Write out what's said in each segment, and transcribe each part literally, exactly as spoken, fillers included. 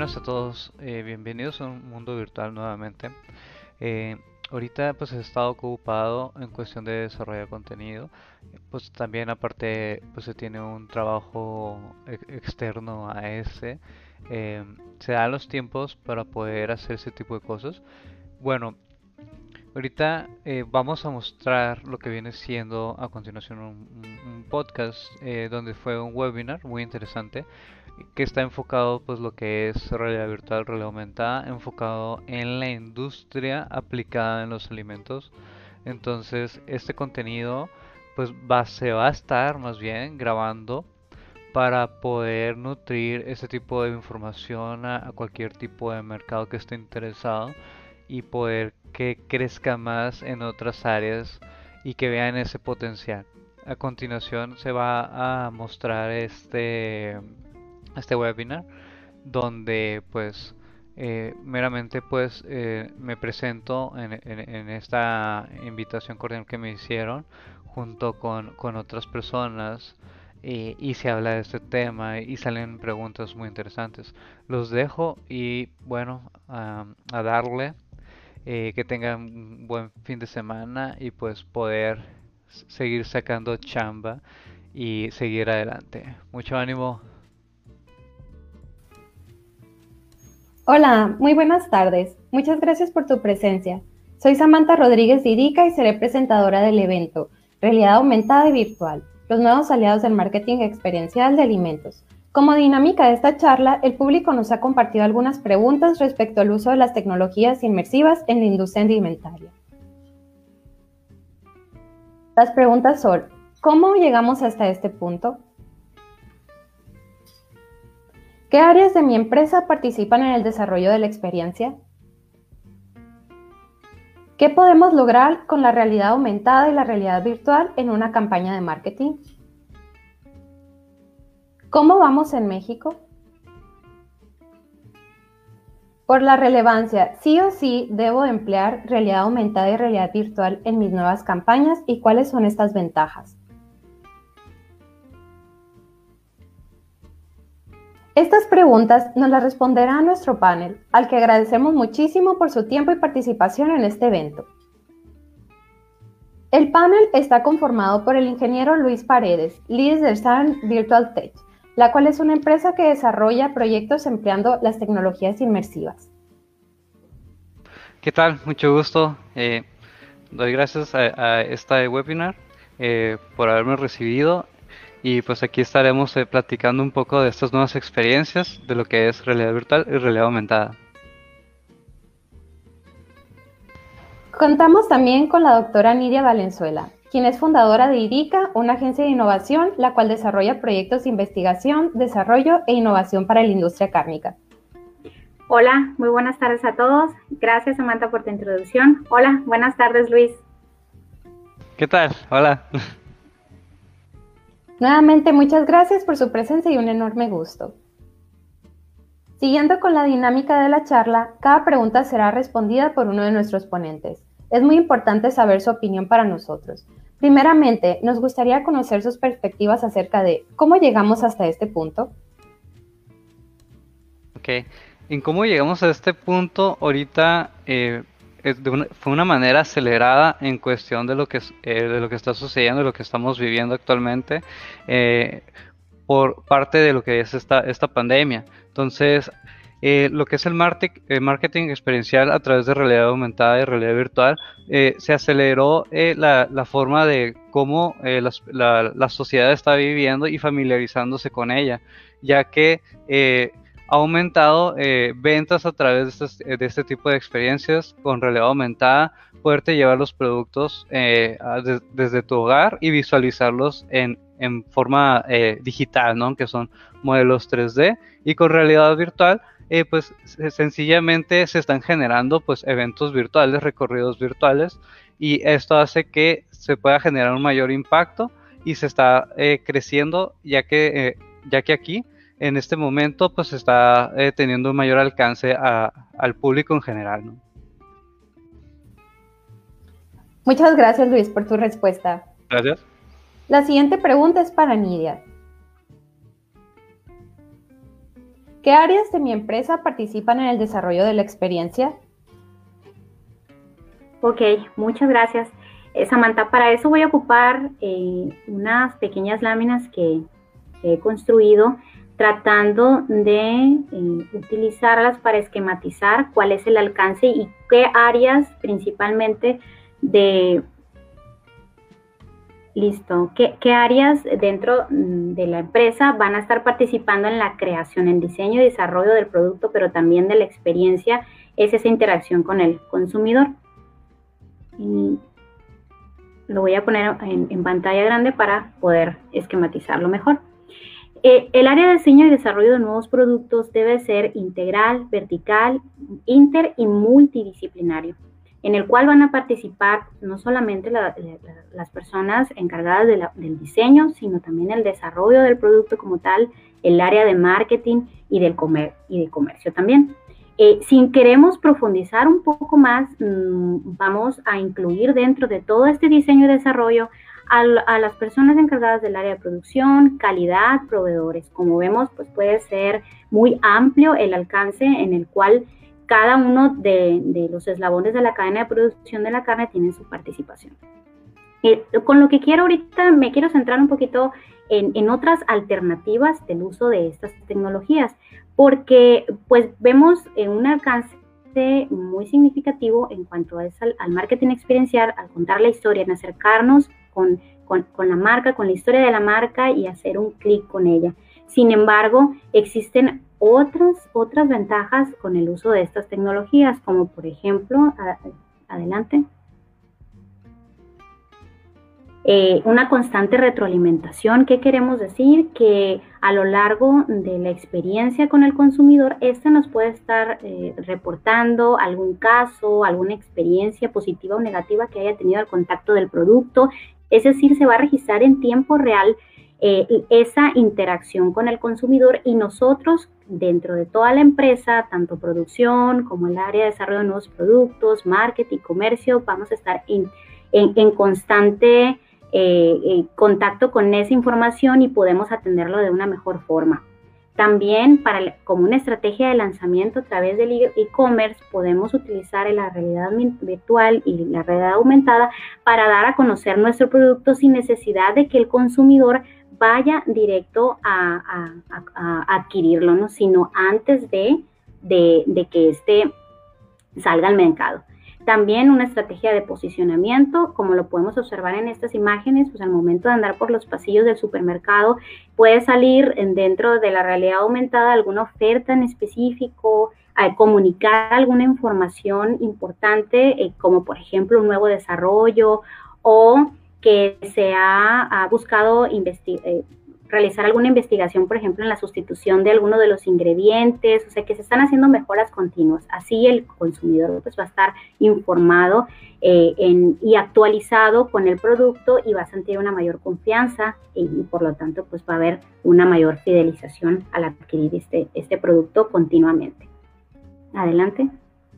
buenas a todos, eh, bienvenidos a un mundo virtual nuevamente. Eh, Ahorita pues he estado ocupado en cuestión de desarrollo de contenido, pues también aparte pues se tiene un trabajo e- externo a ese. Eh, Se dan los tiempos para poder hacer ese tipo de cosas. Bueno, ahorita eh, vamos a mostrar lo que viene siendo a continuación un, un- un podcast eh, donde fue un webinar muy interesante que está enfocado pues lo que es realidad virtual, realidad aumentada, enfocado en la industria aplicada en los alimentos. Entonces este contenido pues va, se va a estar más bien grabando para poder nutrir ese tipo de información a, a cualquier tipo de mercado que esté interesado y poder que crezca más en otras áreas y que vean ese potencial. A continuación se va a mostrar este, este webinar donde pues eh, meramente pues eh, me presento en, en- en esta invitación cordial que me hicieron junto con, con otras personas eh, y se habla de este tema y salen preguntas muy interesantes. Los dejo y bueno, a a darle eh, que tengan un buen fin de semana y pues poder s- seguir sacando chamba y seguir adelante. Mucho ánimo. Hola, muy buenas tardes. Muchas gracias por tu presencia. Soy Samantha Rodríguez Dirica y seré presentadora del evento Realidad Aumentada y Virtual, los nuevos aliados del marketing experiencial de alimentos. Como dinámica de esta charla, el público nos ha compartido algunas preguntas respecto al uso de las tecnologías inmersivas en la industria alimentaria. Las preguntas son, ¿cómo llegamos hasta este punto? ¿Qué áreas de mi empresa participan en el desarrollo de la experiencia? ¿Qué podemos lograr con la realidad aumentada y la realidad virtual en una campaña de marketing? ¿Cómo vamos en México? Por la relevancia, sí o sí debo emplear realidad aumentada y realidad virtual en mis nuevas campañas y cuáles son estas ventajas. Estas preguntas nos las responderá nuestro panel, al que agradecemos muchísimo por su tiempo y participación en este evento. El panel está conformado por el ingeniero Luis Paredes, líder de Sun Virtual Tech, la cual es una empresa que desarrolla proyectos empleando las tecnologías inmersivas. ¿Qué tal? Mucho gusto. Eh, doy gracias a, a este webinar eh, por haberme recibido y pues aquí estaremos eh, platicando un poco de estas nuevas experiencias de lo que es realidad virtual y realidad aumentada. Contamos también con la doctora Nidia Valenzuela, quien es fundadora de IRICA, una agencia de innovación, la cual desarrolla proyectos de investigación, desarrollo e innovación para la industria cárnica. Hola, muy buenas tardes a todos. Gracias, Samantha, por tu introducción. Hola, buenas tardes, Luis. ¿Qué tal? Hola. Nuevamente, muchas gracias por su presencia y un enorme gusto. Siguiendo con la dinámica de la charla, cada pregunta será respondida por uno de nuestros ponentes. Es muy importante saber su opinión para nosotros. Primeramente, nos gustaría conocer sus perspectivas acerca de cómo llegamos hasta este punto. Ok. En cómo llegamos a este punto ahorita eh, es de una- fue una manera acelerada en cuestión de lo que es- eh, de lo que está sucediendo, de lo que estamos viviendo actualmente eh, por parte de lo que es esta esta pandemia. Entonces, eh, lo que es el marte- eh, marketing experiencial a través de realidad aumentada y realidad virtual eh, se aceleró eh, la, la forma de cómo eh, las- la, la sociedad está viviendo y familiarizándose con ella, ya que eh, ha aumentado eh, ventas a través de, estas- de este tipo de experiencias con realidad aumentada, poderte llevar los productos eh, a- de- desde tu hogar y visualizarlos en, en forma eh, digital, ¿no? Que son modelos tres D y con realidad virtual, eh, pues se- sencillamente se están generando pues eventos virtuales, recorridos virtuales y esto hace que se pueda generar un mayor impacto y se está eh, creciendo ya que, eh, ya que aquí en este momento pues está eh, teniendo un mayor alcance a- al público en general, ¿no? Muchas gracias, Luis, por tu respuesta. Gracias. La siguiente pregunta es para Nidia. ¿Qué áreas de mi empresa participan en el desarrollo de la experiencia? Ok, muchas gracias. Eh, Samantha, para eso voy a ocupar eh, unas pequeñas láminas que, que he construido tratando de eh, utilizarlas para esquematizar cuál es el alcance y qué áreas principalmente de... Listo, ¿Qué, qué áreas dentro de la empresa van a estar participando en la creación, en diseño y desarrollo del producto, pero también de la experiencia? Es esa interacción con el consumidor. Y lo voy a poner en, en pantalla grande para poder esquematizarlo mejor. Eh, el área de diseño y desarrollo de nuevos productos debe ser integral, vertical, inter y multidisciplinario, en el cual van a participar no solamente la, la, las personas encargadas de la, del diseño, sino también el desarrollo del producto como tal, el área de marketing y, del comer, y de comercio también. Eh, si queremos profundizar un poco más, mmm, vamos a incluir dentro de todo este diseño y desarrollo a, a las personas encargadas del área de producción, calidad, proveedores. Como vemos, pues puede ser muy amplio el alcance en el cual cada uno de, de los eslabones de la cadena de producción de la carne tiene su participación. Eh, con lo que quiero ahorita, me quiero centrar un poquito en, en otras alternativas del uso de estas tecnologías, porque pues vemos en un alcance muy significativo en cuanto a eso, al, al marketing experiencial, al contar la historia, en acercarnos con, con, con la marca, con la historia de la marca y hacer un clic con ella. Sin embargo, existen otras, otras ventajas con el uso de estas tecnologías, como por ejemplo, a, adelante, eh, una constante retroalimentación. ¿Qué queremos decir? Que a lo largo de la experiencia con el consumidor, este nos puede estar eh, reportando algún caso, alguna experiencia positiva o negativa que haya tenido al contacto del producto. Es decir, se va a registrar en tiempo real eh, esa interacción con el consumidor, y nosotros dentro de toda la empresa, tanto producción como el área de desarrollo de nuevos productos, marketing, comercio, vamos a estar en, en, en constante eh, eh, contacto con esa información y podemos atenderlo de una mejor forma. También para, como una estrategia de lanzamiento a través del e-commerce, podemos utilizar la realidad virtual y la realidad aumentada para dar a conocer nuestro producto sin necesidad de que el consumidor vaya directo a, a, a, a adquirirlo, ¿no? Sino antes de, de, de que éste salga al mercado. También una estrategia de posicionamiento, como lo podemos observar en estas imágenes, pues al momento de andar por los pasillos del supermercado puede salir dentro de la realidad aumentada alguna oferta en específico, a comunicar alguna información importante, eh, como por ejemplo un nuevo desarrollo, o que se ha, ha buscado eh, realizar alguna investigación, por ejemplo, en la sustitución de alguno de los ingredientes, o sea, que se están haciendo mejoras continuas. Así el consumidor pues va a estar informado eh, en, y actualizado con el producto, y va a sentir una mayor confianza y, y por lo tanto pues va a haber una mayor fidelización al adquirir este, este producto continuamente. Adelante.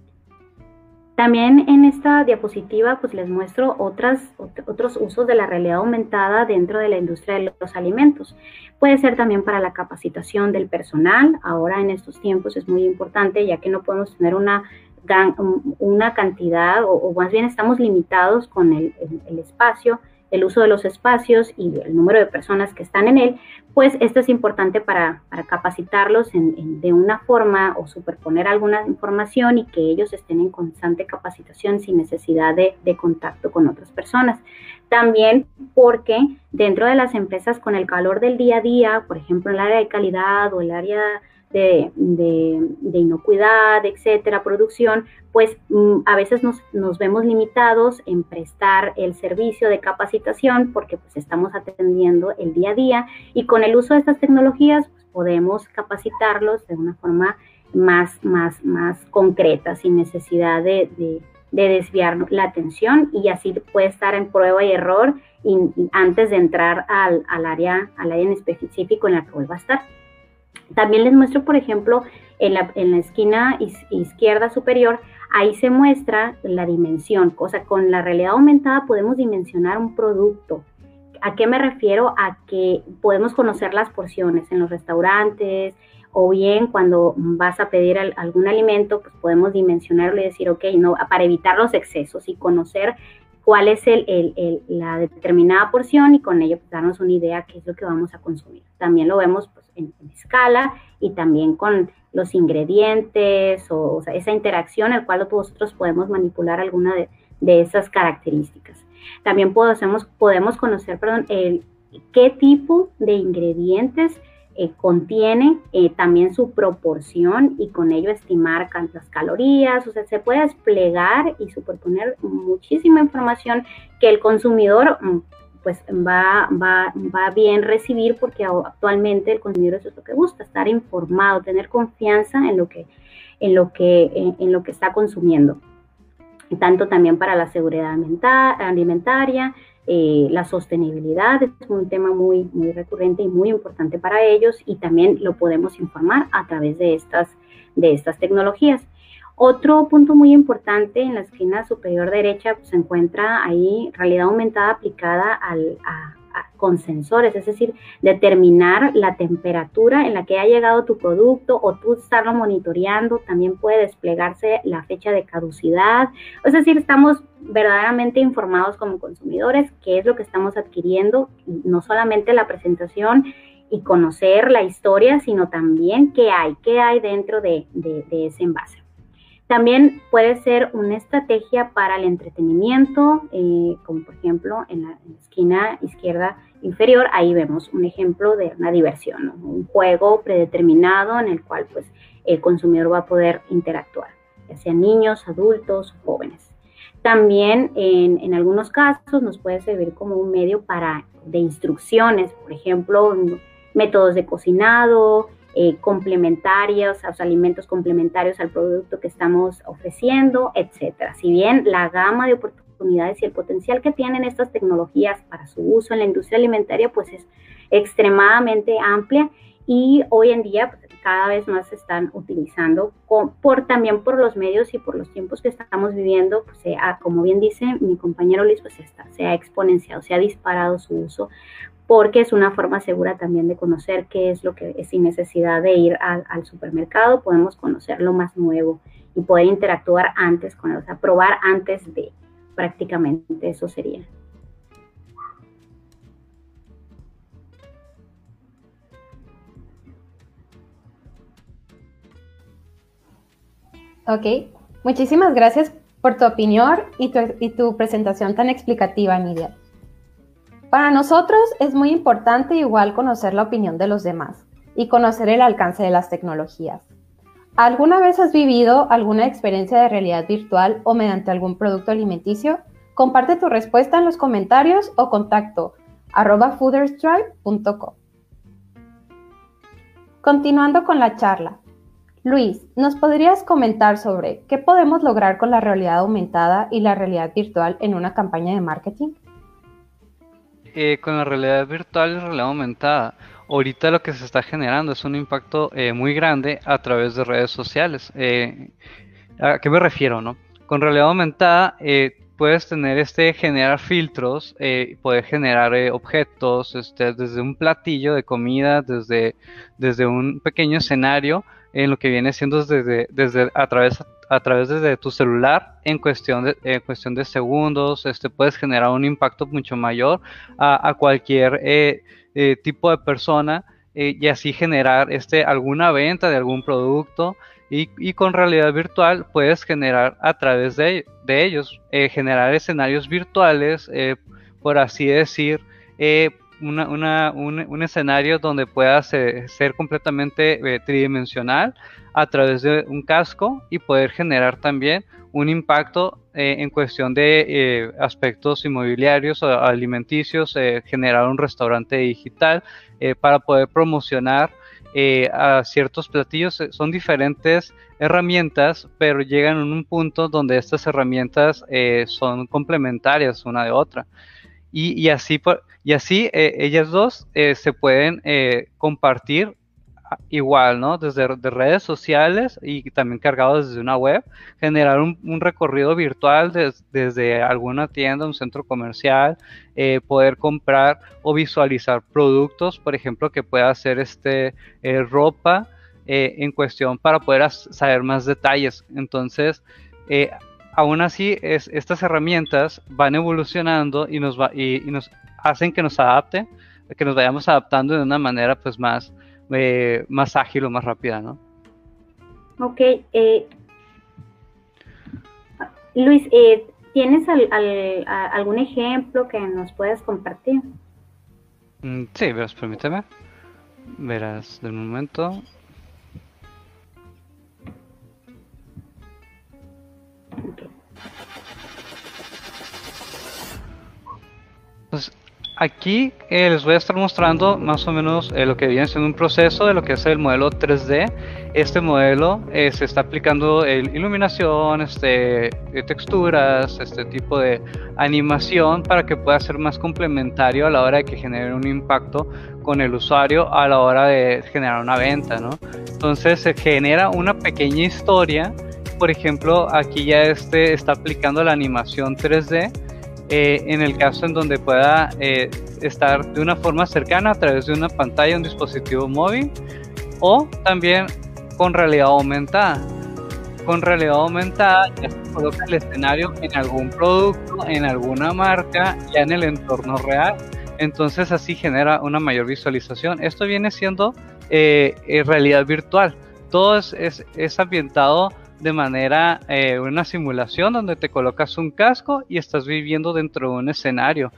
También en esta diapositiva pues les muestro otras, otros usos de la realidad aumentada dentro de la industria de los alimentos. Puede ser también para la capacitación del personal. Ahora en estos tiempos es muy importante, ya que no podemos tener una, una cantidad, o, o más bien estamos limitados con el, el, el espacio, el uso de los espacios y el número de personas que están en él, pues esto es importante para, para capacitarlos en, en, de una forma, o superponer alguna información y que ellos estén en constante capacitación sin necesidad de, de contacto con otras personas. También porque dentro de las empresas, con el calor del día a día, por ejemplo, el área de calidad o el área de, de, de inocuidad, etcétera, producción, pues a veces nos, nos vemos limitados en prestar el servicio de capacitación porque pues estamos atendiendo el día a día, y con el uso de estas tecnologías pues, podemos capacitarlos de una forma más, más, más concreta, sin necesidad de, de, de desviar la atención, y así puede estar en prueba y error y, y antes de entrar al, al, área, al área en específico en la que vuelva a estar. También les muestro, por ejemplo, en la, en la esquina is, izquierda superior, ahí se muestra la dimensión. O sea, con la realidad aumentada podemos dimensionar un producto. ¿A qué me refiero? A que podemos conocer las porciones en los restaurantes o bien cuando vas a pedir al, algún alimento, pues podemos dimensionarlo y decir, ok, no, para evitar los excesos y conocer cuál es el, el, el, la determinada porción y con ello pues, darnos una idea qué es lo que vamos a consumir. También lo vemos pues, en, en escala y también con los ingredientes o, o sea, esa interacción al cual nosotros podemos manipular alguna de, de esas características. También podemos, podemos conocer perdón, el, qué tipo de ingredientes eh, contiene, eh, también su proporción y con ello estimar cuántas calorías, o sea, se puede desplegar y superponer muchísima información que el consumidor pues va, va, va bien recibir porque actualmente el consumidor eso es lo que busca, estar informado, tener confianza en lo que, en lo que, en, en lo que está consumiendo. Tanto también para la seguridad alimentaria, eh, la sostenibilidad es un tema muy, muy recurrente y muy importante para ellos y también lo podemos informar a través de estas, de estas tecnologías. Otro punto muy importante en la esquina superior derecha pues, se encuentra ahí realidad aumentada aplicada al, a, a, con sensores, es decir, determinar la temperatura en la que ha llegado tu producto o tú estarlo monitoreando, también puede desplegarse la fecha de caducidad, es decir, estamos verdaderamente informados como consumidores qué es lo que estamos adquiriendo, no solamente la presentación y conocer la historia, sino también qué hay, qué hay dentro de, de, de ese envase. También puede ser una estrategia para el entretenimiento, eh, como por ejemplo en la, en la esquina izquierda inferior, ahí vemos un ejemplo de una diversión, ¿no? Un juego predeterminado en el cual pues, el consumidor va a poder interactuar, ya sean niños, adultos, jóvenes. También en, en algunos casos nos puede servir como un medio para, de instrucciones, por ejemplo, métodos de cocinado, Eh, complementarios, o sea, alimentos complementarios al producto que estamos ofreciendo, etcétera. Si bien la gama de oportunidades y el potencial que tienen estas tecnologías para su uso en la industria alimentaria, pues es extremadamente amplia y hoy en día pues, cada vez más se están utilizando con, por, también por los medios y por los tiempos que estamos viviendo, pues, se ha, como bien dice mi compañero Luis, pues está, se ha exponenciado, se ha disparado su uso porque es una forma segura también de conocer qué es lo que es sin necesidad de ir al, al supermercado, podemos conocer lo más nuevo y poder interactuar antes con él, o sea, probar antes de, prácticamente eso sería. Ok, muchísimas gracias por tu opinión y tu, y tu presentación tan explicativa, Nidia. Para nosotros es muy importante igual conocer la opinión de los demás y conocer el alcance de las tecnologías. ¿Alguna vez has vivido alguna experiencia de realidad virtual o mediante algún producto alimenticio? Comparte tu respuesta en los comentarios o contacto arroba fooderstripe punto com. Continuando con la charla, Luis, ¿nos podrías comentar sobre qué podemos lograr con la realidad aumentada y la realidad virtual en una campaña de marketing? Eh, con la realidad virtual y realidad aumentada, ahorita lo que se está generando es un impacto eh, muy grande a través de redes sociales. Eh, ¿a qué me refiero, no? Con realidad aumentada eh, puedes tener este generar filtros, eh, poder generar eh, objetos, este, desde un platillo de comida, desde, desde un pequeño escenario, en lo que viene siendo desde, desde a través a través de tu celular en cuestión de, en cuestión de segundos, este, puedes generar un impacto mucho mayor a, a cualquier eh, eh, tipo de persona eh, y así generar este, alguna venta de algún producto y, y con realidad virtual puedes generar a través de, de ellos, eh, generar escenarios virtuales, eh, por así decir, eh, una, una, un, un escenario donde puedas eh, ser completamente eh, tridimensional a través de un casco y poder generar también un impacto eh, en cuestión de eh, aspectos inmobiliarios o alimenticios, eh, generar un restaurante digital eh, para poder promocionar eh, a ciertos platillos. Son diferentes herramientas, pero llegan en un punto donde estas herramientas eh, son complementarias una de otra. Y, y así, y así eh, ellas dos eh, se pueden eh, compartir igual, ¿no? Desde de redes sociales y también cargados desde una web, generar un, un recorrido virtual des, desde alguna tienda, un centro comercial, eh, poder comprar o visualizar productos, por ejemplo, que pueda ser este, eh, ropa, eh, en cuestión para poder saber más detalles. Entonces, eh, aún así, es, estas herramientas van evolucionando y nos, va, y, y nos hacen que nos adapten, que nos vayamos adaptando de una manera pues más, eh, más ágil o más rápida, ¿no? Ok. Eh, Luis, eh, ¿tienes al, al, a, algún ejemplo que nos puedas compartir? Mm, sí, verás, permíteme. Verás, del momento... Pues aquí eh, les voy a estar mostrando más o menos eh, lo que viene siendo un proceso de lo que es el modelo tres D. Este modelo eh, se está aplicando en iluminación, este, eh, texturas, este tipo de animación para que pueda ser más complementario a la hora de que genere un impacto con el usuario a la hora de generar una venta, ¿no? Entonces se genera una pequeña historia. Por ejemplo, aquí ya este está aplicando la animación tres D. Eh, en el caso en donde pueda eh, estar de una forma cercana a través de una pantalla, un dispositivo móvil, o también con realidad aumentada. Con realidad aumentada ya se coloca el escenario en algún producto, en alguna marca, ya en el entorno real. Entonces así genera una mayor visualización. Esto viene siendo eh, realidad virtual. Todo es, es, es ambientado de manera, eh, una simulación donde te colocas un casco y estás viviendo dentro de un escenario.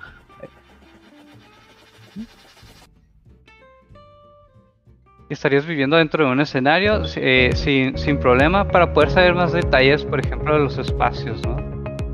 Estarías viviendo dentro de un escenario eh, sin, sin problema para poder saber más detalles, por ejemplo, de los espacios, ¿no?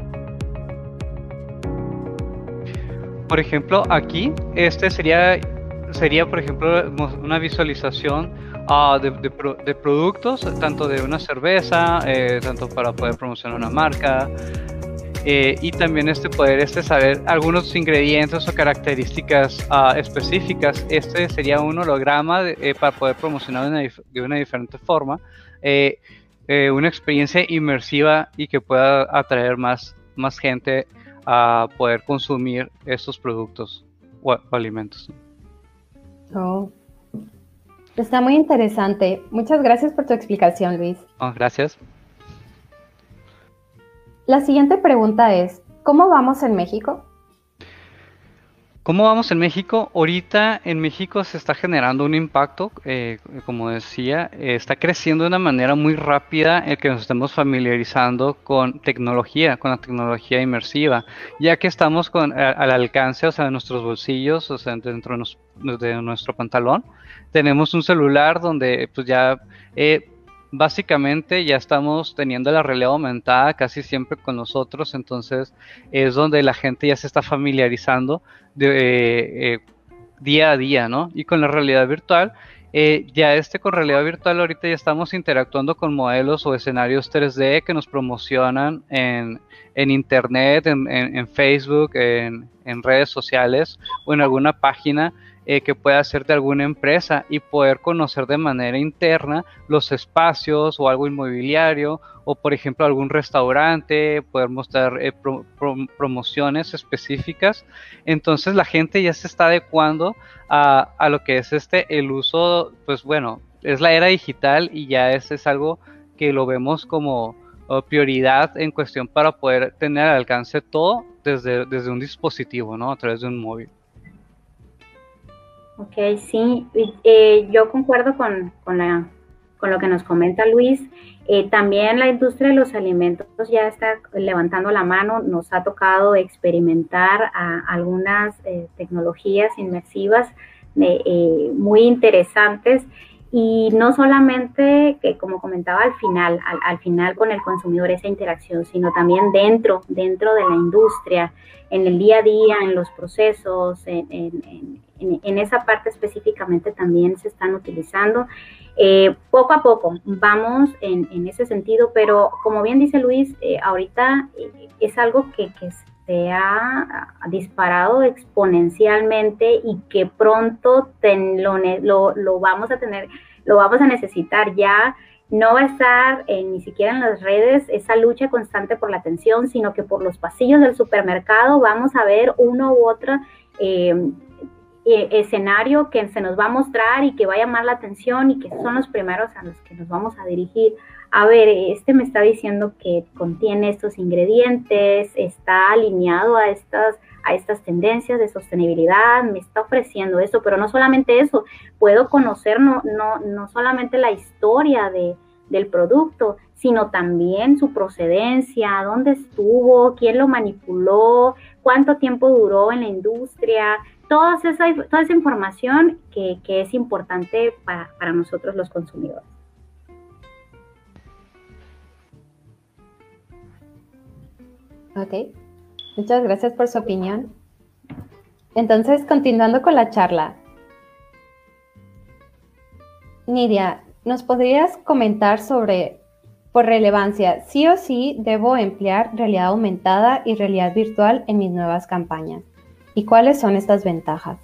Por ejemplo, aquí, este sería, sería por ejemplo, una visualización Uh, de, de, de productos, tanto de una cerveza, eh, tanto para poder promocionar una marca, eh, y también este poder este saber algunos ingredientes o características uh, específicas. Este sería un holograma de, eh, para poder promocionar de una, de una diferente forma, eh, eh, una experiencia inmersiva y que pueda atraer más, más gente a poder consumir estos productos o, o alimentos. Oh. Está muy interesante. Muchas gracias por tu explicación, Luis. Oh, gracias. La siguiente pregunta es, ¿cómo vamos en México? ¿Cómo vamos en México? Ahorita en México se está generando un impacto, eh, como decía, eh, está creciendo de una manera muy rápida el que nos estemos familiarizando con tecnología, con la tecnología inmersiva, ya que estamos con, a, al alcance, o sea, de nuestros bolsillos, o sea, dentro de, nos, de nuestro pantalón, tenemos un celular donde pues ya... Eh, básicamente ya estamos teniendo la realidad aumentada casi siempre con nosotros, entonces es donde la gente ya se está familiarizando de, eh, eh, día a día, ¿no? Y con la realidad virtual, eh, ya este con realidad virtual ahorita ya estamos interactuando con modelos o escenarios tres D que nos promocionan en, en internet, en, en, en Facebook, en, en redes sociales o en alguna página Eh, que pueda ser de alguna empresa y poder conocer de manera interna los espacios o algo inmobiliario o por ejemplo algún restaurante, poder mostrar eh, pro, pro, promociones específicas. Entonces la gente ya se está adecuando a, a lo que es este el uso, pues bueno, es la era digital y ya es, es algo que lo vemos como uh, prioridad en cuestión para poder tener al alcance todo desde, desde un dispositivo, ¿no? A través de un móvil. Ok, sí, eh, yo concuerdo con, con, la, con lo que nos comenta Luis. Eh, también la industria de los alimentos ya está levantando la mano, nos ha tocado experimentar a algunas eh, tecnologías inmersivas eh, eh, muy interesantes y no solamente, que como comentaba al final, al, al final con el consumidor esa interacción, sino también dentro, dentro de la industria, en el día a día, en los procesos, en, en, en, en esa parte específicamente también se están utilizando. Eh, poco a poco vamos en, en ese sentido, pero como bien dice Luis, eh, ahorita es algo que, que se ha disparado exponencialmente y que pronto ten, lo, lo, lo vamos a tener, lo vamos a necesitar ya. No va a estar eh, ni siquiera en las redes esa lucha constante por la atención, sino que por los pasillos del supermercado vamos a ver uno u otra eh, eh, escenario que se nos va a mostrar y que va a llamar la atención y que son los primeros a los que nos vamos a dirigir. A ver, este me está diciendo que contiene estos ingredientes, está alineado a estas, a estas tendencias de sostenibilidad, me está ofreciendo eso, pero no solamente eso, puedo conocer no, no, no solamente la historia de, del producto, sino también su procedencia, dónde estuvo, quién lo manipuló, cuánto tiempo duró en la industria, toda esa, toda esa información que, que es importante para, para nosotros los consumidores. Ok, muchas gracias por su opinión. Entonces, continuando con la charla, Nidia, ¿nos podrías comentar sobre, por relevancia, sí o sí debo emplear realidad aumentada y realidad virtual en mis nuevas campañas? ¿Y cuáles son estas ventajas?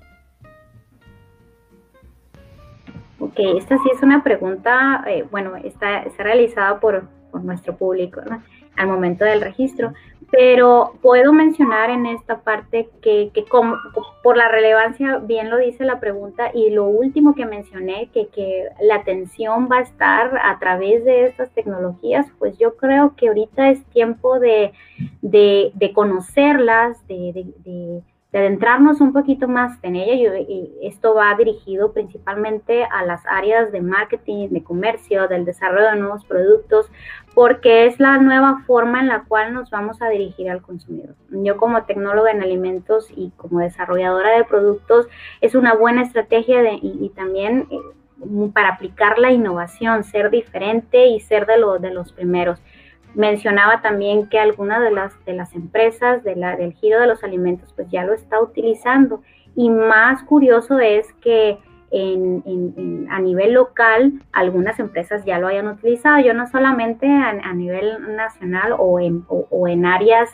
Ok, esta sí es una pregunta, eh, bueno, está, está realizada por, por nuestro público, ¿no?, al momento del registro, pero puedo mencionar en esta parte que, que como, por la relevancia, bien lo dice la pregunta, y lo último que mencioné, que, que la atención va a estar a través de estas tecnologías, pues yo creo que ahorita es tiempo de, de, de conocerlas, de, de, de de adentrarnos un poquito más en ella, y, y esto va dirigido principalmente a las áreas de marketing, de comercio, del desarrollo de nuevos productos, porque es la nueva forma en la cual nos vamos a dirigir al consumidor. Yo como tecnóloga en alimentos y como desarrolladora de productos, es una buena estrategia de, y, y también eh, para aplicar la innovación, ser diferente y ser de, lo, de los primeros. Mencionaba también que algunas de las, de las empresas de la, del giro de los alimentos pues ya lo está utilizando, y más curioso es que en, en, en, a nivel local algunas empresas ya lo hayan utilizado, yo no solamente a, a nivel nacional o en, o, o en áreas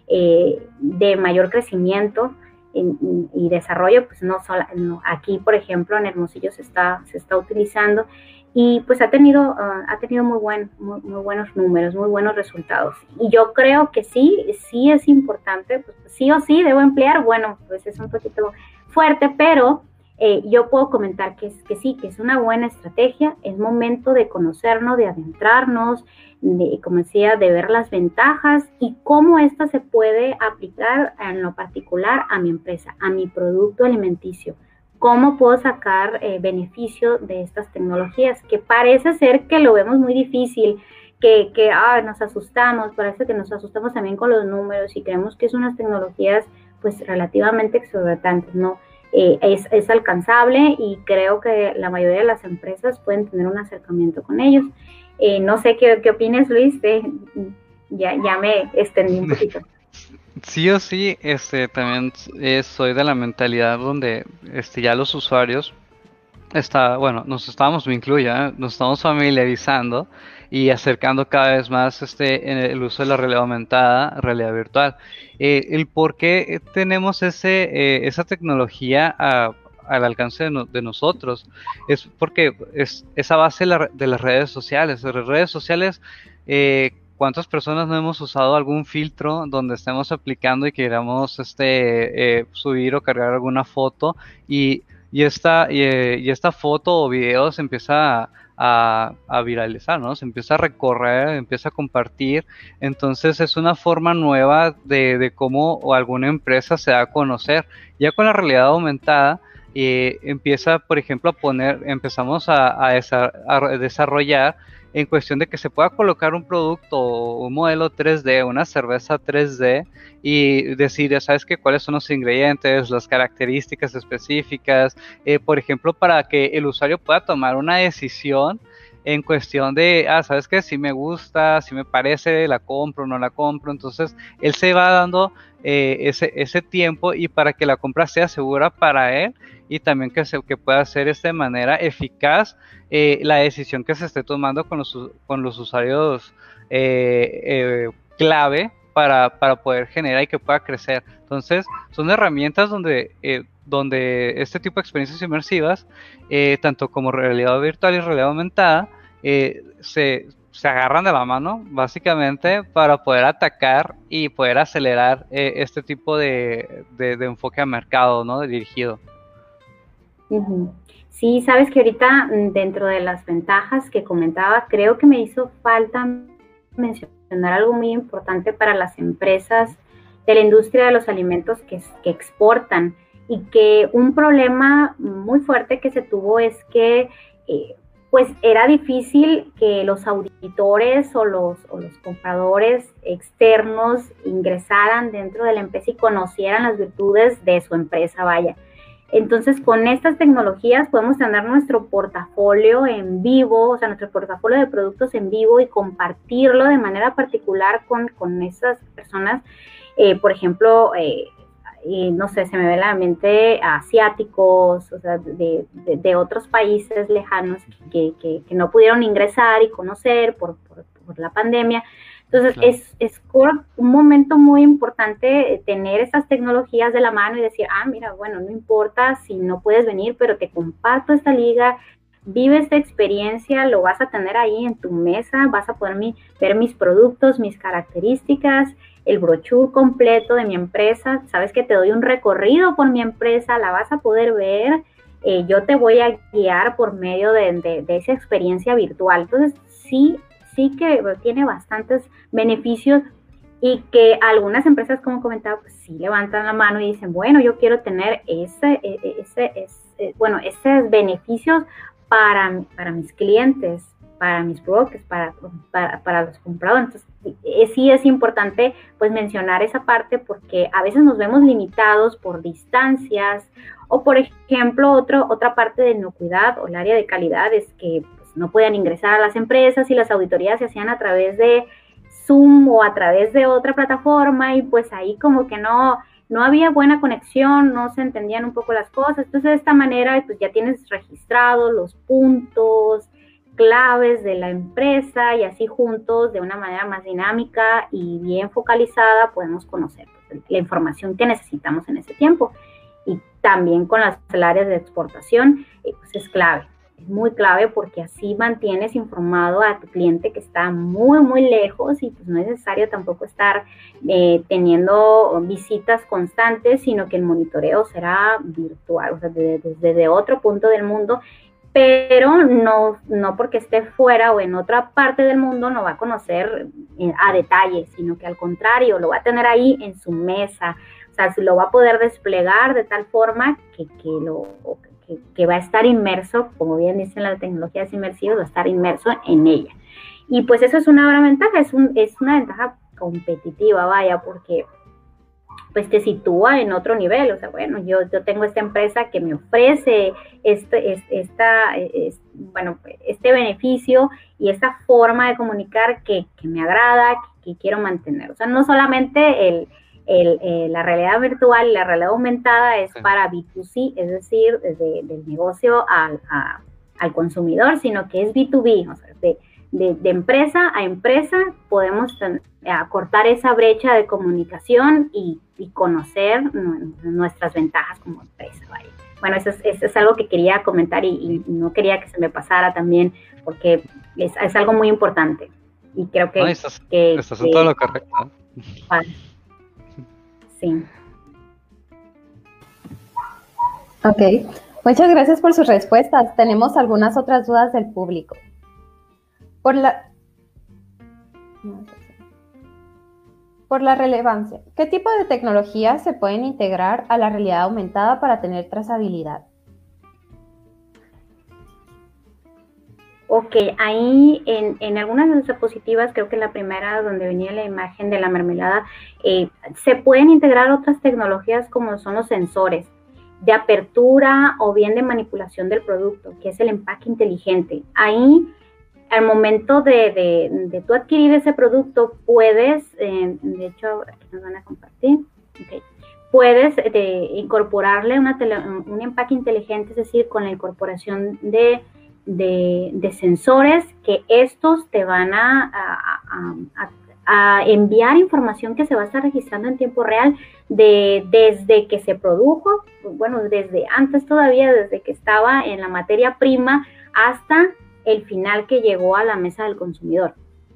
eh, de mayor crecimiento en, y desarrollo, pues no, solo, no, aquí por ejemplo en Hermosillo se está, se está utilizando. Y pues ha tenido, uh, ha tenido muy, buen, muy, muy buenos números, muy buenos resultados. Y yo creo que sí, sí es importante, pues sí o sí debo emplear, bueno, pues es un poquito fuerte, pero eh, yo puedo comentar que, es, que sí, que es una buena estrategia, es momento de conocernos, de adentrarnos, de, como decía, de ver las ventajas y cómo esta se puede aplicar en lo particular a mi empresa, a mi producto alimenticio. ¿Cómo puedo sacar eh, beneficio de estas tecnologías? Que parece ser que lo vemos muy difícil, que, que ah, nos asustamos, parece que nos asustamos también con los números y creemos que son unas tecnologías pues relativamente exorbitantes, ¿no? Eh, es, es alcanzable y creo que la mayoría de las empresas pueden tener un acercamiento con ellos. Eh, no sé qué, qué opinas, Luis, eh, ya, ya me extendí un poquito. Sí o sí, este, también es, soy de la mentalidad donde este, ya los usuarios, está, bueno, nos estamos, me incluyo, ¿eh? Nos estamos familiarizando y acercando cada vez más este, en el uso de la realidad aumentada, realidad virtual. Eh, el por qué tenemos ese, eh, esa tecnología a, al alcance de, no, de nosotros es porque es esa base de, la, de las redes sociales. Las redes sociales, eh, ¿cuántas personas no hemos usado algún filtro donde estemos aplicando y queramos este, eh, subir o cargar alguna foto y, y, esta, y, y esta foto o video se empieza a, a, a viralizar, ¿no? Se empieza a recorrer, empieza a compartir. Entonces es una forma nueva de, de cómo o alguna empresa se da a conocer. Ya con la realidad aumentada eh, empieza, por ejemplo, a poner, empezamos a, a, desa, a desarrollar en cuestión de que se pueda colocar un producto, un modelo tres D, una cerveza tres D y decir, ¿sabes qué? ¿Cuáles son los ingredientes, las características específicas? Eh, por ejemplo, para que el usuario pueda tomar una decisión en cuestión de, ah, ¿sabes qué? Si me gusta, si me parece, la compro, no la compro. Entonces, él se va dando eh, ese, ese tiempo y para que la compra sea segura para él y también que, se, que pueda hacer este de manera eficaz eh, la decisión que se esté tomando con los, con los usuarios eh, eh, clave para, para poder generar y que pueda crecer. Entonces, son herramientas donde, eh, donde este tipo de experiencias inmersivas, eh, tanto como realidad virtual y realidad aumentada, eh, se, se agarran de la mano, básicamente, para poder atacar y poder acelerar eh, este tipo de, de, de enfoque a mercado, ¿no? De dirigido. Ujú. Sí, sabes que ahorita mm, dentro de las ventajas que comentaba, creo que me hizo falta mencionar algo muy importante para las empresas de la industria de los alimentos que, que exportan, y que un problema muy fuerte que se tuvo es que eh, pues era difícil que los auditores o los, o los compradores externos ingresaran dentro de la empresa y conocieran las virtudes de su empresa, vaya. Entonces, con estas tecnologías podemos tener nuestro portafolio en vivo, o sea, nuestro portafolio de productos en vivo, y compartirlo de manera particular con, con esas personas. Eh, por ejemplo, eh, eh, no sé, se me ve a la mente asiáticos, o sea, de, de, de otros países lejanos que, que, que, no pudieron ingresar y conocer por, por, por la pandemia. Entonces, claro. es, es un momento muy importante tener estas tecnologías de la mano y decir, ah, mira, bueno, no importa si no puedes venir, pero te comparto esta liga, vive esta experiencia, lo vas a tener ahí en tu mesa, vas a poder mi, ver mis productos, mis características, el brochure completo de mi empresa, sabes que te doy un recorrido por mi empresa, la vas a poder ver, eh, yo te voy a guiar por medio de, de, de esa experiencia virtual. Entonces, sí, sí que tiene bastantes beneficios, y que algunas empresas, como comentaba, pues sí levantan la mano y dicen, bueno, yo quiero tener ese, ese, ese bueno, esos beneficios para, para mis clientes, para mis brokers, para, para, para los compradores. Entonces, sí es importante pues mencionar esa parte, porque a veces nos vemos limitados por distancias, o por ejemplo, otro, otra parte de inocuidad o el área de calidad es que pues, no pueden ingresar a las empresas y las auditorías se hacían a través de Zoom o a través de otra plataforma, y pues ahí como que no, no había buena conexión, no se entendían un poco las cosas. Entonces, de esta manera pues ya tienes registrados los puntos claves de la empresa, y así juntos, de una manera más dinámica y bien focalizada, podemos conocer pues, la información que necesitamos en ese tiempo. Y también con las áreas de exportación, eh, pues es clave, es muy clave, porque así mantienes informado a tu cliente que está muy, muy lejos, y pues no es necesario tampoco estar eh, teniendo visitas constantes, sino que el monitoreo será virtual, o sea, desde, desde otro punto del mundo. Pero no, no porque esté fuera o en otra parte del mundo no va a conocer a detalle, sino que al contrario, lo va a tener ahí en su mesa, o sea, lo va a poder desplegar de tal forma que, que, lo, que, que va a estar inmerso, como bien dicen las tecnologías inmersivas, va a estar inmerso en ella. Y pues eso es una gran ventaja, es, un, es una ventaja competitiva, vaya, porque pues te sitúa en otro nivel. O sea, bueno, yo, yo tengo esta empresa que me ofrece este, este, esta, este, bueno, este beneficio y esta forma de comunicar que, que me agrada, que, que quiero mantener. O sea, no solamente el, el, eh, la realidad virtual y la realidad aumentada es sí. para B dos C, es decir, de, del negocio al, a, al consumidor, sino que es B dos B, o sea, de, de, de empresa a empresa podemos acortar esa brecha de comunicación y, y conocer nuestras ventajas como empresa. Vaya. Bueno, eso es, eso es algo que quería comentar, y, y no quería que se me pasara también, porque es, es algo muy importante. Y creo que... No, estás, que, estás que en todo lo correcto. Sí. Ok, muchas gracias por sus respuestas. Tenemos algunas otras dudas del público. Por la... Por la relevancia, ¿qué tipo de tecnologías se pueden integrar a la realidad aumentada para tener trazabilidad? Ok, ahí en, en algunas de las diapositivas, creo que la primera donde venía la imagen de la mermelada, eh, se pueden integrar otras tecnologías como son los sensores de apertura o bien de manipulación del producto, que es el empaque inteligente. Ahí, al momento de, de, de tú adquirir ese producto, puedes, eh, de hecho, aquí nos van a compartir, okay, puedes de, incorporarle una tele, un empaque inteligente, es decir, con la incorporación de, de, de sensores, que estos te van a, a, a, a enviar información que se va a estar registrando en tiempo real de, desde que se produjo, bueno, desde antes todavía, desde que estaba en la materia prima hasta el final que llegó a la mesa del consumidor.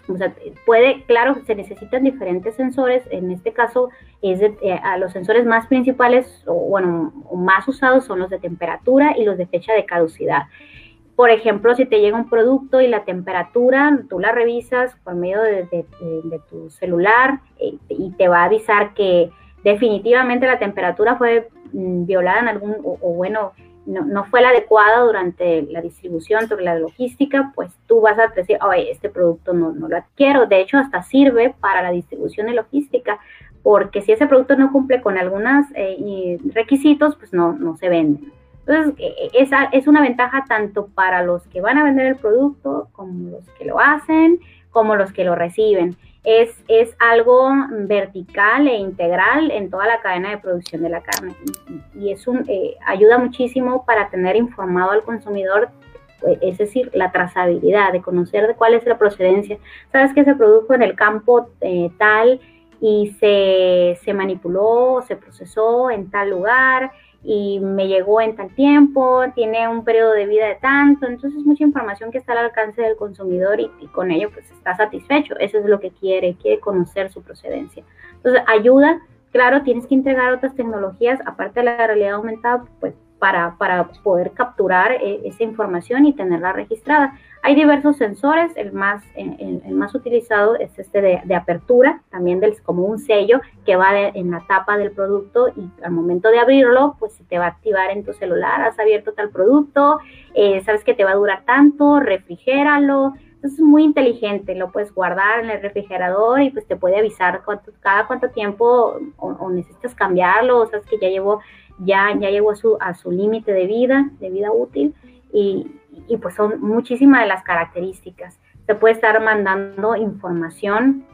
O sea, puede, claro, se necesitan diferentes sensores. En este caso, es de, eh, a los sensores más principales, o bueno, o más usados son los de temperatura y los de fecha de caducidad. Por ejemplo, si te llega un producto y la temperatura, tú la revisas por medio de, de, de, de tu celular eh, y te va a avisar que definitivamente la temperatura fue mm, violada en algún, o, o bueno, no, no fue la adecuada durante la distribución, sobre la logística, pues tú vas a decir, oye, este producto no, no lo adquiero. De hecho, hasta sirve para la distribución y logística, porque si ese producto no cumple con algunos eh, requisitos, pues no, no se vende. Entonces, esa es una ventaja tanto para los que van a vender el producto, como los que lo hacen, como los que lo reciben. Es, es algo vertical e integral en toda la cadena de producción de la carne. Y, y es un, eh, ayuda muchísimo para tener informado al consumidor, es decir, la trazabilidad, de conocer de cuál es la procedencia. Sabes que se produjo en el campo eh, tal y se, se manipuló, se procesó en tal lugar, y me llegó en tal tiempo, tiene un periodo de vida de tanto. Entonces es mucha información que está al alcance del consumidor y, y con ello pues está satisfecho. Eso es lo que quiere, quiere conocer su procedencia. Entonces ayuda, claro, tienes que integrar otras tecnologías aparte de la realidad aumentada, pues para, para poder capturar eh, esa información y tenerla registrada. Hay diversos sensores, el más, el, el más utilizado es este de, de apertura, también del, como un sello que va de, en la tapa del producto, y al momento de abrirlo, pues se te va a activar en tu celular, has abierto tal producto, eh, sabes que te va a durar tanto, refrigéralo. Entonces es muy inteligente, lo puedes guardar en el refrigerador y pues te puede avisar cuánto, cada cuánto tiempo o, o necesitas cambiarlo, o sabes que ya llegó, ya, ya llegó a su, a su límite de vida, de vida útil. Y, y pues son muchísimas de las características. Se puede estar mandando información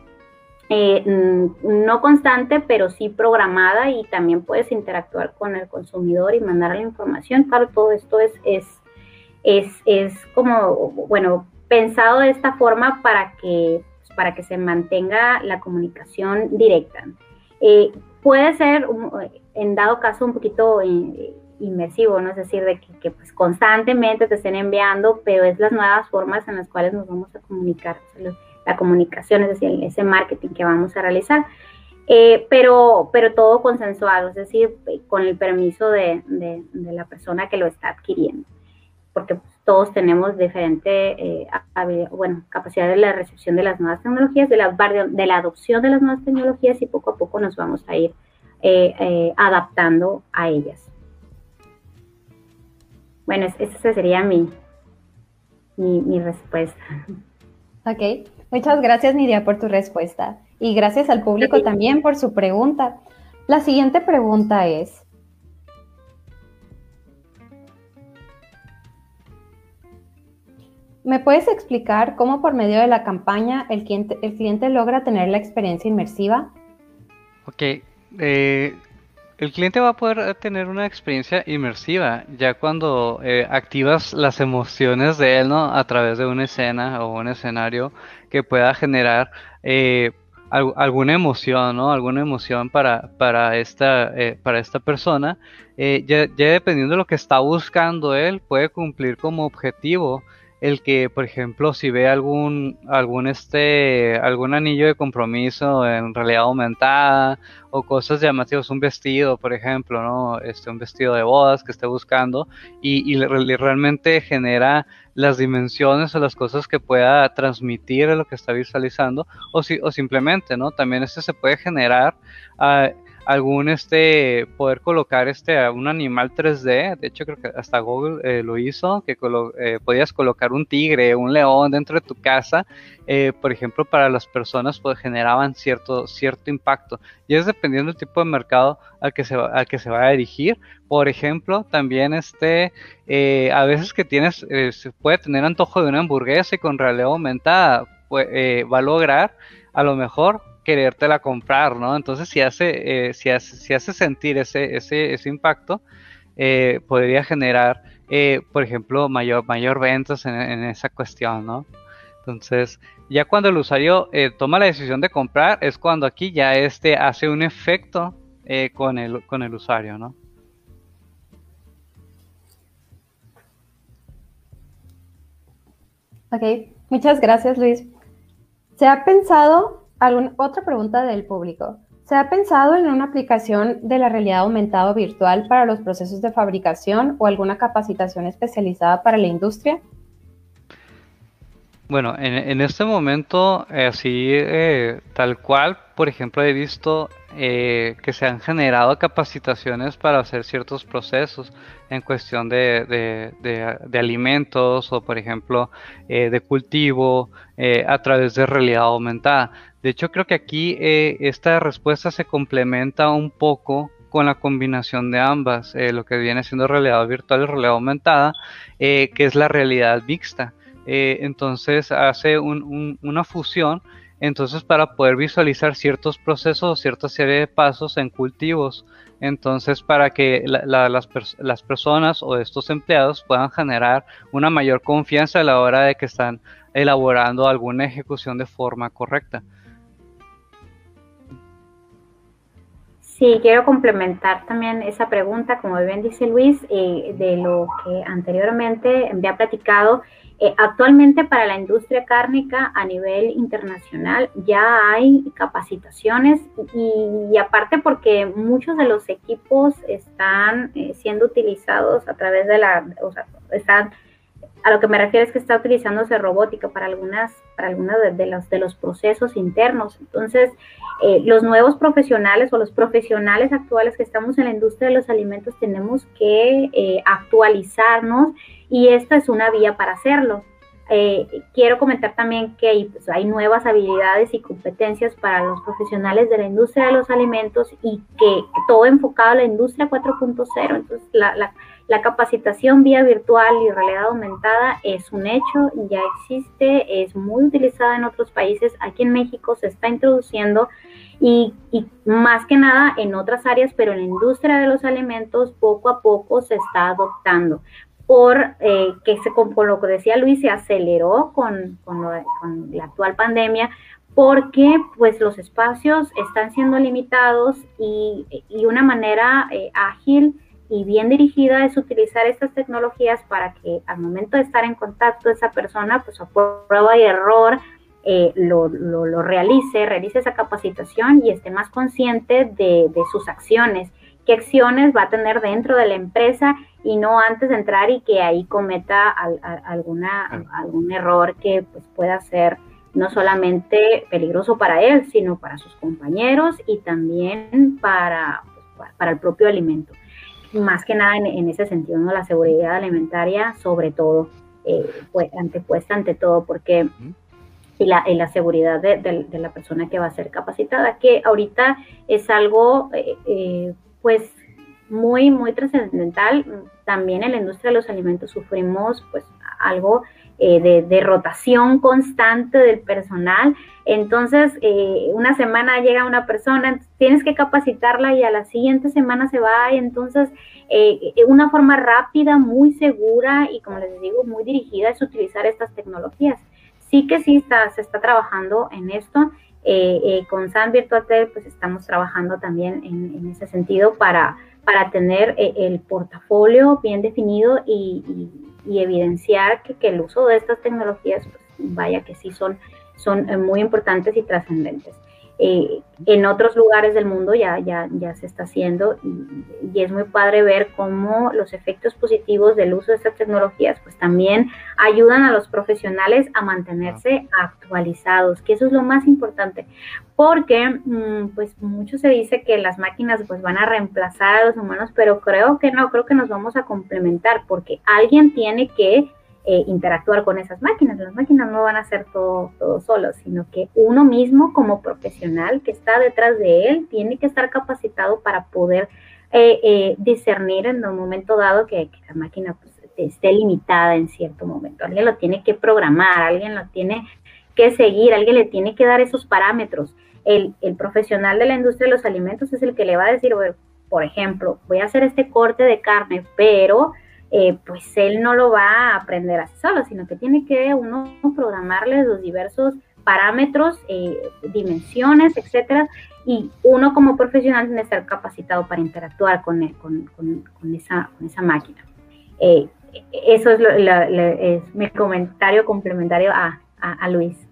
eh, no constante, pero sí programada, y también puedes interactuar con el consumidor y mandar la información. Claro, todo esto es, es, es, es como, bueno, pensado de esta forma para que, para que se mantenga la comunicación directa. Eh, puede ser, en dado caso, un poquito eh, inmersivo, ¿no? Es decir, de que, que pues constantemente te estén enviando, pero es las nuevas formas en las cuales nos vamos a comunicar, o sea, la comunicación, es decir, ese marketing que vamos a realizar, eh, pero, pero todo consensuado, es decir, con el permiso de, de, de la persona que lo está adquiriendo, porque pues, todos tenemos diferente eh, bueno, capacidad de la recepción de las nuevas tecnologías, de la, de la adopción de las nuevas tecnologías, y poco a poco nos vamos a ir eh, eh, adaptando a ellas. Bueno, esa sería mi, mi, mi respuesta. Ok, muchas gracias, Nidia, por tu respuesta. Y gracias al público sí. también por su pregunta. La siguiente pregunta es: ¿me puedes explicar cómo por medio de la campaña el cliente, el cliente logra tener la experiencia inmersiva? Ok, eh, el cliente va a poder tener una experiencia inmersiva ya cuando eh, activas las emociones de él, ¿no? A través de una escena o un escenario que pueda generar eh, al, alguna emoción, ¿no? Alguna emoción para, para, esta, eh, para esta persona. Eh, ya, ya dependiendo de lo que está buscando él, puede cumplir como objetivo el que, por ejemplo, si ve algún algún este algún anillo de compromiso en realidad aumentada o cosas llamativas, un vestido, por ejemplo, ¿no? Este, un vestido de bodas que esté buscando y, y realmente genera las dimensiones o las cosas que pueda transmitir de lo que está visualizando, o si o simplemente, ¿no? También este se puede generar uh, algún este poder colocar este un animal tres D. De hecho creo que hasta Google eh, lo hizo, que colo eh, podías colocar un tigre, un león dentro de tu casa, eh, por ejemplo, para las personas pues generaban cierto cierto impacto, y es dependiendo del tipo de mercado al que se va, al que se va a dirigir. Por ejemplo, también este eh, a veces que tienes eh, se puede tener antojo de una hamburguesa, y con realidad aumentada pues, eh, va a lograr a lo mejor querértela comprar, ¿no? Entonces si hace, eh, si hace, si hace sentir ese, ese, ese impacto, eh, podría generar, eh, por ejemplo, mayor, mayor ventas en, en esa cuestión, ¿no? Entonces, ya cuando el usuario eh, toma la decisión de comprar, es cuando aquí ya este hace un efecto eh, con, el, con el usuario, ¿no? Ok, muchas gracias, Luis. ¿Se ha pensado, alguna, otra pregunta del público, ¿se ha pensado en una aplicación de la realidad aumentada o virtual para los procesos de fabricación o alguna capacitación especializada para la industria? Bueno, en, en este momento, eh, así eh, tal cual, por ejemplo, he visto eh, que se han generado capacitaciones para hacer ciertos procesos en cuestión de, de, de, de alimentos o, por ejemplo, eh, de cultivo eh, a través de realidad aumentada. De hecho, creo que aquí eh, esta respuesta se complementa un poco con la combinación de ambas, eh, lo que viene siendo realidad virtual y realidad aumentada, eh, que es la realidad mixta. Eh, entonces hace un, un, una fusión, entonces para poder visualizar ciertos procesos, cierta serie de pasos en cultivos, entonces para que la, la, las, pers las personas o estos empleados puedan generar una mayor confianza a la hora de que están elaborando alguna ejecución de forma correcta. Sí, quiero complementar también esa pregunta, como bien dice Luis, eh, de lo que anteriormente había platicado. Eh, actualmente para la industria cárnica a nivel internacional ya hay capacitaciones y, y aparte porque muchos de los equipos están eh, siendo utilizados a través de la, o sea, están, a lo que me refiero es que está utilizándose robótica para algunas, para algunas de, de, los, de los procesos internos. Entonces, eh, los nuevos profesionales o los profesionales actuales que estamos en la industria de los alimentos tenemos que eh, actualizarnos y esta es una vía para hacerlo. Eh, quiero comentar también que hay, pues, hay nuevas habilidades y competencias para los profesionales de la industria de los alimentos y que todo enfocado a la industria cuatro punto cero. Entonces, la, la, la capacitación vía virtual y realidad aumentada es un hecho, ya existe, es muy utilizada en otros países. Aquí en México se está introduciendo y, y más que nada en otras áreas, pero en la industria de los alimentos poco a poco se está adoptando. Por eh, que se, como lo que decía Luis, se aceleró con, con, lo de, con la actual pandemia, porque pues los espacios están siendo limitados y, y una manera eh, ágil y bien dirigida es utilizar estas tecnologías para que al momento de estar en contacto esa persona, pues a prueba y error, eh, lo, lo, lo realice, realice esa capacitación y esté más consciente de, de sus acciones, qué acciones va a tener dentro de la empresa y no antes de entrar y que ahí cometa al, a, alguna, algún error que pues, pueda ser no solamente peligroso para él, sino para sus compañeros y también para, pues, para el propio alimento. Más que nada en, en ese sentido, ¿no? La seguridad alimentaria sobre todo, eh, pues, antepuesta ante todo, porque y la, y la seguridad de, de, de la persona que va a ser capacitada, que ahorita es algo eh, eh, pues muy, muy trascendental. También en la industria de los alimentos sufrimos pues algo eh, de, de rotación constante del personal. Entonces, eh, una semana llega una persona, tienes que capacitarla y a la siguiente semana se va. Y entonces, eh, una forma rápida, muy segura y, como les digo, muy dirigida es utilizar estas tecnologías. Sí que sí está, se está trabajando en esto. Eh, eh, con S A M Virtual Tech, pues estamos trabajando también en, en ese sentido para, para tener eh, el portafolio bien definido y, y, y evidenciar que, que el uso de estas tecnologías, pues, vaya que sí son, son eh, muy importantes y trascendentes. Eh, en otros lugares del mundo ya, ya, ya se está haciendo y, y es muy padre ver cómo los efectos positivos del uso de estas tecnologías pues también ayudan a los profesionales a mantenerse actualizados, que eso es lo más importante, porque mmm, pues mucho se dice que las máquinas pues van a reemplazar a los humanos, pero creo que no, creo que nos vamos a complementar, porque alguien tiene que Eh, interactuar con esas máquinas. Las máquinas no van a hacer todo, todo solos, sino que uno mismo como profesional que está detrás de él tiene que estar capacitado para poder eh, eh, discernir en un momento dado que, que la máquina pues, esté limitada en cierto momento. Alguien lo tiene que programar, alguien lo tiene que seguir, alguien le tiene que dar esos parámetros. El, el profesional de la industria de los alimentos es el que le va a decir, bueno, por ejemplo, voy a hacer este corte de carne, pero Eh, pues él no lo va a aprender así solo, sino que tiene que uno programarle los diversos parámetros, eh, dimensiones, etcétera, y uno como profesional tiene que estar capacitado para interactuar con, con, con, con, esa, con esa máquina. Eh, eso es, lo, la, la, es mi comentario complementario a, a, a Luis.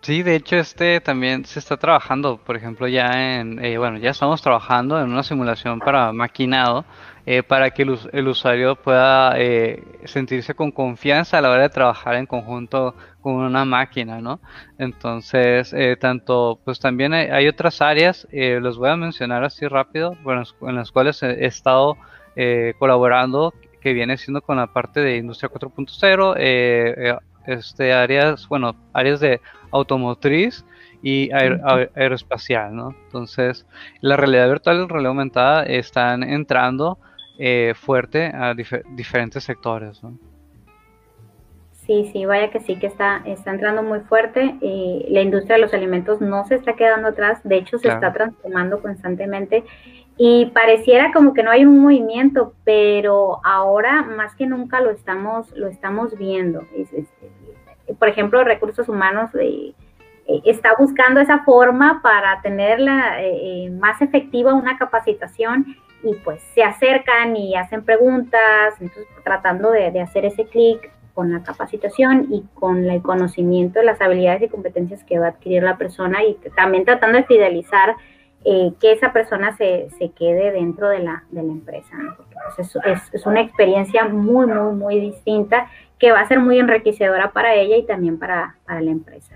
Sí, de hecho este también se está trabajando, por ejemplo, ya en, eh, bueno, ya estamos trabajando en una simulación para maquinado, eh, para que el, us- el usuario pueda eh, sentirse con confianza a la hora de trabajar en conjunto con una máquina, ¿no? Entonces, eh, tanto, pues también hay, hay otras áreas, eh, los voy a mencionar así rápido, bueno, en las cuales he, he estado eh, colaborando, que viene siendo con la parte de Industria cuatro punto cero, eh, eh, este, áreas, bueno, áreas de automotriz y aer- aer- aeroespacial, ¿no? Entonces, la realidad virtual y la realidad aumentada están entrando eh, fuerte a dife- diferentes sectores, ¿no? Sí, sí, vaya que sí que está, está entrando muy fuerte. Eh, la industria de los alimentos no se está quedando atrás, de hecho se está Claro. transformando constantemente y pareciera como que no hay un movimiento, pero ahora más que nunca lo estamos, lo estamos viendo. Es, es, por ejemplo, recursos humanos eh, eh, está buscando esa forma para tenerla eh, más efectiva una capacitación y pues se acercan y hacen preguntas, entonces tratando de, de hacer ese clic con la capacitación y con el conocimiento de las habilidades y competencias que va a adquirir la persona y también tratando de fidelizar eh, que esa persona se, se quede dentro de la, de la empresa, ¿no? Porque pues es, es, es una experiencia muy, muy, muy distinta que va a ser muy enriquecedora para ella y también para, para la empresa.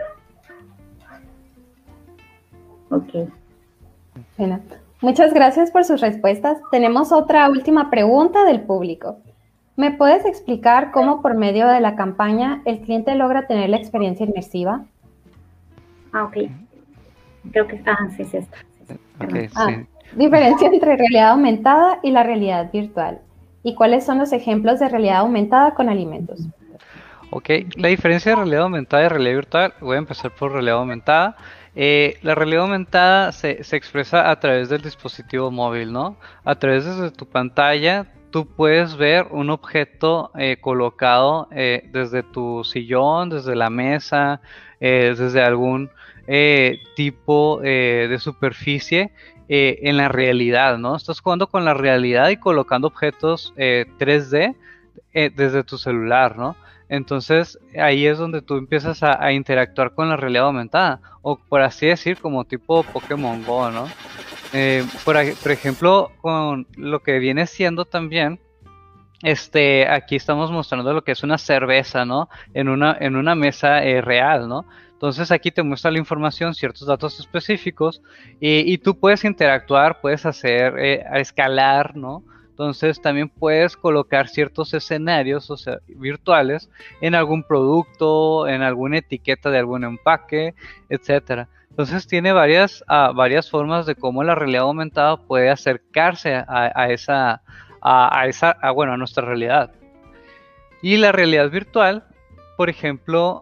Ok. Bueno, muchas gracias por sus respuestas. Tenemos otra última pregunta del público. ¿Me puedes explicar cómo por medio de la campaña el cliente logra tener la experiencia inmersiva? Ah, ok. Creo que ah, sí, es esta. Sí, Ok, perdón. Ah, sí. diferencia entre realidad aumentada y la realidad virtual. ¿Y cuáles son los ejemplos de realidad aumentada con alimentos? Ok, la diferencia de realidad aumentada y realidad virtual, voy a empezar por realidad aumentada. Eh, la realidad aumentada se, se expresa a través del dispositivo móvil, ¿no? A través de tu pantalla, tú puedes ver un objeto eh, colocado eh, desde tu sillón, desde la mesa, eh, desde algún eh, tipo eh, de superficie eh, en la realidad, ¿no? Estás jugando con la realidad y colocando objetos eh, tres D eh, desde tu celular, ¿no? Entonces ahí es donde tú empiezas a, a interactuar con la realidad aumentada, o por así decir, como tipo Pokémon Go, ¿no? Eh, por, ej- por ejemplo, con lo que viene siendo también, este, aquí estamos mostrando lo que es una cerveza, ¿no? En una, en una mesa eh, real, ¿no? Entonces aquí te muestra la información, ciertos datos específicos, y, y tú puedes interactuar, puedes hacer, eh, a escalar, ¿no? Entonces también puedes colocar ciertos escenarios, o sea, virtuales, en algún producto, en alguna etiqueta de algún empaque, etcétera. Entonces tiene varias, ah, varias formas de cómo la realidad aumentada puede acercarse a, a esa, a, a esa, a, bueno, a nuestra realidad. Y la realidad virtual, por ejemplo,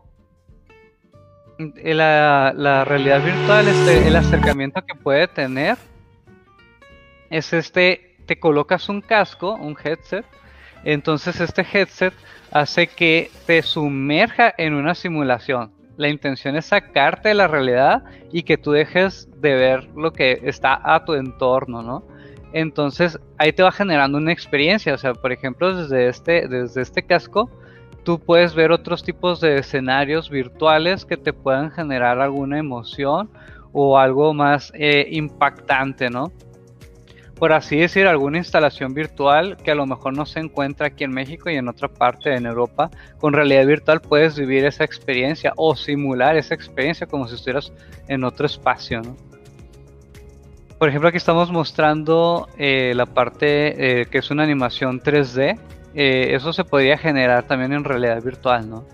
la, la realidad virtual, este, el acercamiento que puede tener es este, te colocas un casco, un headset, entonces este headset hace que te sumerja en una simulación. La intención es sacarte de la realidad y que tú dejes de ver lo que está a tu entorno, ¿no? Entonces ahí te va generando una experiencia, o sea, por ejemplo, desde este, desde este casco, tú puedes ver otros tipos de escenarios virtuales que te puedan generar alguna emoción o algo más eh, impactante, ¿no? Por así decir, alguna instalación virtual que a lo mejor no se encuentra aquí en México y en otra parte en Europa. Con realidad virtual puedes vivir esa experiencia o simular esa experiencia como si estuvieras en otro espacio, ¿no? Por ejemplo, aquí estamos mostrando eh, la parte eh, que es una animación tres D. Eh, eso se podría generar también en realidad virtual, ¿no?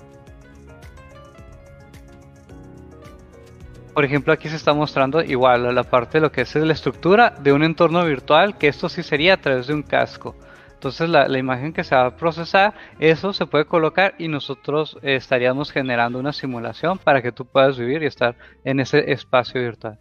Por ejemplo, aquí se está mostrando igual la parte de lo que es la estructura de un entorno virtual, que esto sí sería a través de un casco. Entonces la, la imagen que se va a procesar, eso se puede colocar y nosotros eh, estaríamos generando una simulación para que tú puedas vivir y estar en ese espacio virtual.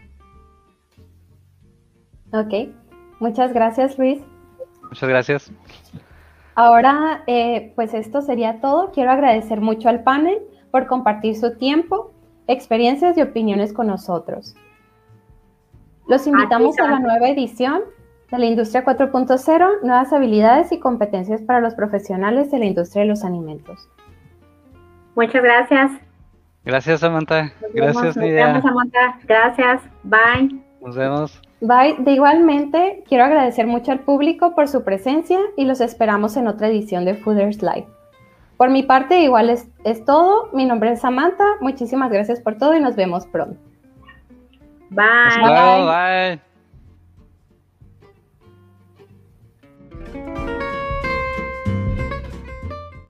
Ok, muchas gracias, Luis. Muchas gracias. Ahora, eh, pues esto sería todo. Quiero agradecer mucho al panel por compartir su tiempo, experiencias y opiniones con nosotros. Los invitamos a la nueva edición de la Industria cuatro punto cero, nuevas habilidades y competencias para los profesionales de la industria de los alimentos. Muchas gracias. Gracias, Samantha. Nos Gracias, vemos, nos Nidia. vemos, Samantha. Gracias. Bye. Nos vemos. Bye. De igualmente, quiero agradecer mucho al público por su presencia y los esperamos en otra edición de Fooders Live. Por mi parte, igual es, es todo. Mi nombre es Samantha. Muchísimas gracias por todo y nos vemos pronto. Bye. Hasta luego, bye.